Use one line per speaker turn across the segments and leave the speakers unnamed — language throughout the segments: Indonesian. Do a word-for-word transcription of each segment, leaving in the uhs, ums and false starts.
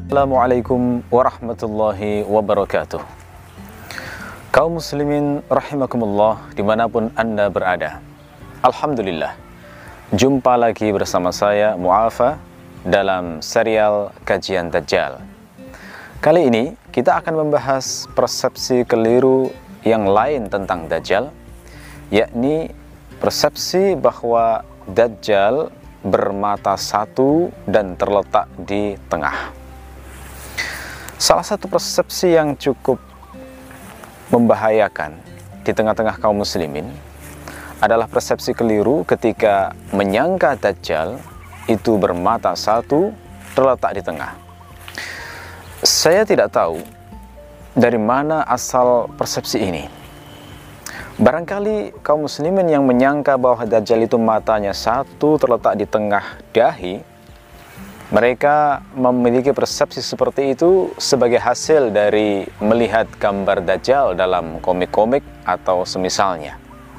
Assalamualaikum warahmatullahi wabarakatuh. Kaum muslimin rahimakumullah dimanapun anda berada. Alhamdulillah, jumpa lagi bersama saya Mu'afa dalam serial kajian Dajjal. Kali ini kita akan membahas persepsi keliru yang lain tentang Dajjal, yakni persepsi bahwa Dajjal bermata satu dan terletak di tengah. Salah satu persepsi yang cukup membahayakan di tengah-tengah kaum muslimin adalah persepsi keliru ketika menyangka Dajjal itu bermata satu terletak di tengah. Saya tidak tahu dari mana asal persepsi ini. Barangkali kaum muslimin yang menyangka bahwa Dajjal itu matanya satu terletak di tengah dahi, mereka memiliki persepsi seperti itu sebagai hasil dari melihat gambar Dajjal dalam komik-komik atau semisalnya.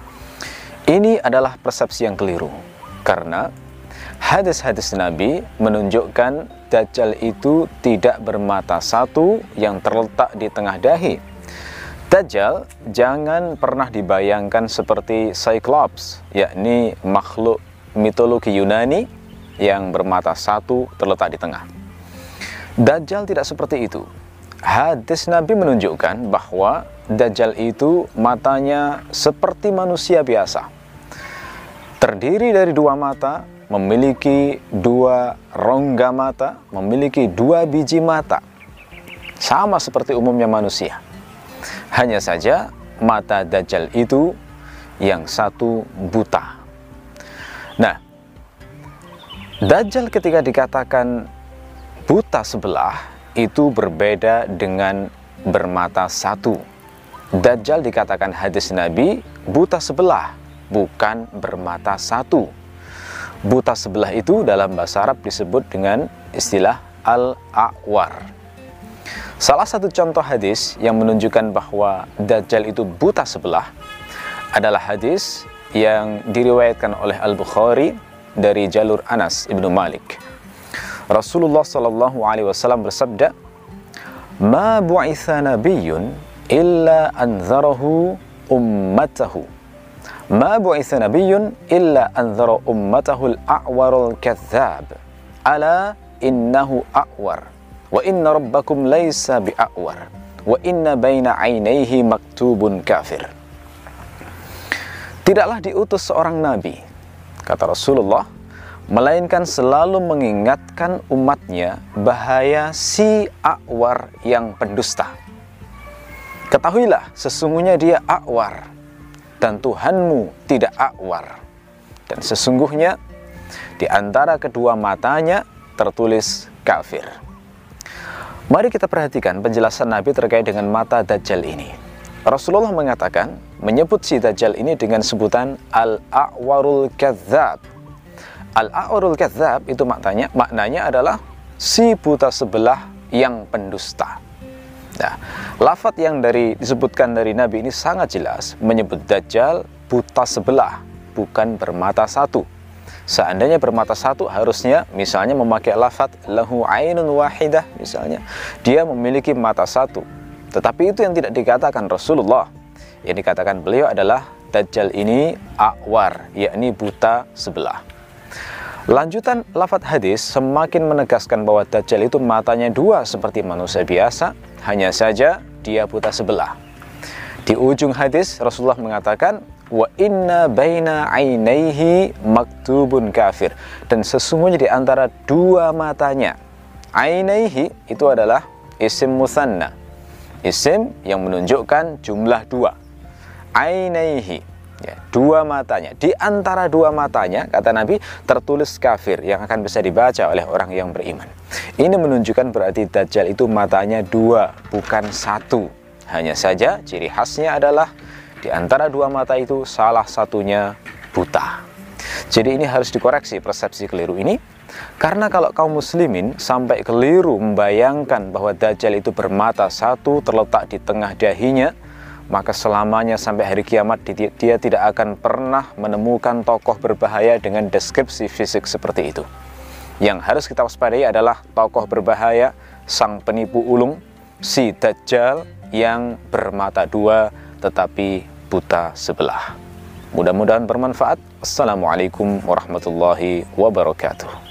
Ini adalah persepsi yang keliru, karena hadis-hadis Nabi menunjukkan Dajjal itu tidak bermata satu yang terletak di tengah dahi. Dajjal jangan pernah dibayangkan seperti Cyclops, yakni makhluk mitologi Yunani yang bermata satu terletak di tengah. Dajjal tidak seperti itu. Hadis Nabi menunjukkan bahwa Dajjal itu matanya seperti manusia biasa, terdiri dari dua mata, memiliki dua rongga mata, memiliki dua biji mata, sama seperti umumnya manusia. Hanya saja mata Dajjal itu yang satu buta. Nah, Dajjal ketika dikatakan buta sebelah itu berbeda dengan bermata satu. Dajjal dikatakan hadis Nabi buta sebelah, bukan bermata satu. Buta sebelah itu dalam bahasa Arab disebut dengan istilah al-a'war. Salah satu contoh hadis yang menunjukkan bahwa Dajjal itu buta sebelah adalah hadis yang diriwayatkan oleh Al-Bukhari dari jalur Anas ibnu Malik. Rasulullah sallallahu alaihi wasallam bersabda, "Ma bu'itha nabiyyun illa anzarahu ummatahu. Ma bu'itha nabiyyun illa anzara ummatahu al-a'warul kadzdzab. Ala innahu a'war. Wa inna rabbakum laysa bi'a'war. Wa inna baina 'ainaihi maktubun kafir." Tidaklah diutus seorang nabi, kata Rasulullah, melainkan selalu mengingatkan umatnya bahaya si a'war yang pendusta. Ketahuilah, sesungguhnya dia a'war, dan Tuhanmu tidak a'war. Dan sesungguhnya di antara kedua matanya tertulis kafir. Mari kita perhatikan penjelasan Nabi terkait dengan mata Dajjal ini. Rasulullah mengatakan, menyebut si Dajjal ini dengan sebutan al-a'warul kadzdzab. Al-a'warul kadzdzab itu maknanya, maknanya adalah si buta sebelah yang pendusta. Nah, lafaz yang dari disebutkan dari Nabi ini sangat jelas menyebut Dajjal buta sebelah, bukan bermata satu. Seandainya bermata satu, harusnya misalnya memakai lafaz lahu ainun wahidah, misalnya dia memiliki mata satu. Tetapi itu yang tidak dikatakan Rasulullah. Yang dikatakan beliau adalah Dajjal ini a'war, yakni buta sebelah. Lanjutan lafaz hadis semakin menegaskan bahwa Dajjal itu matanya dua seperti manusia biasa, hanya saja dia buta sebelah. Di ujung hadis Rasulullah mengatakan, wa inna baina 'ainaihi maktubun kafir, dan sesungguhnya di antara dua matanya, 'ainaihi itu adalah isim musanna, isim yang menunjukkan jumlah dua. Ainaihi, ya, dua matanya. Di antara dua matanya, kata Nabi, tertulis kafir, yang akan bisa dibaca oleh orang yang beriman. Ini menunjukkan berarti Dajjal itu matanya dua, bukan satu. Hanya saja ciri khasnya adalah di antara dua mata itu salah satunya buta. Jadi ini harus dikoreksi persepsi keliru ini. Karena kalau kaum muslimin sampai keliru membayangkan bahwa Dajjal itu bermata satu terletak di tengah dahinya, maka selamanya sampai hari kiamat dia tidak akan pernah menemukan tokoh berbahaya dengan deskripsi fisik seperti itu. Yang harus kita waspadai adalah tokoh berbahaya, sang penipu ulung, si Dajjal yang bermata dua tetapi buta sebelah. Mudah-mudahan bermanfaat. Assalamualaikum warahmatullahi wabarakatuh.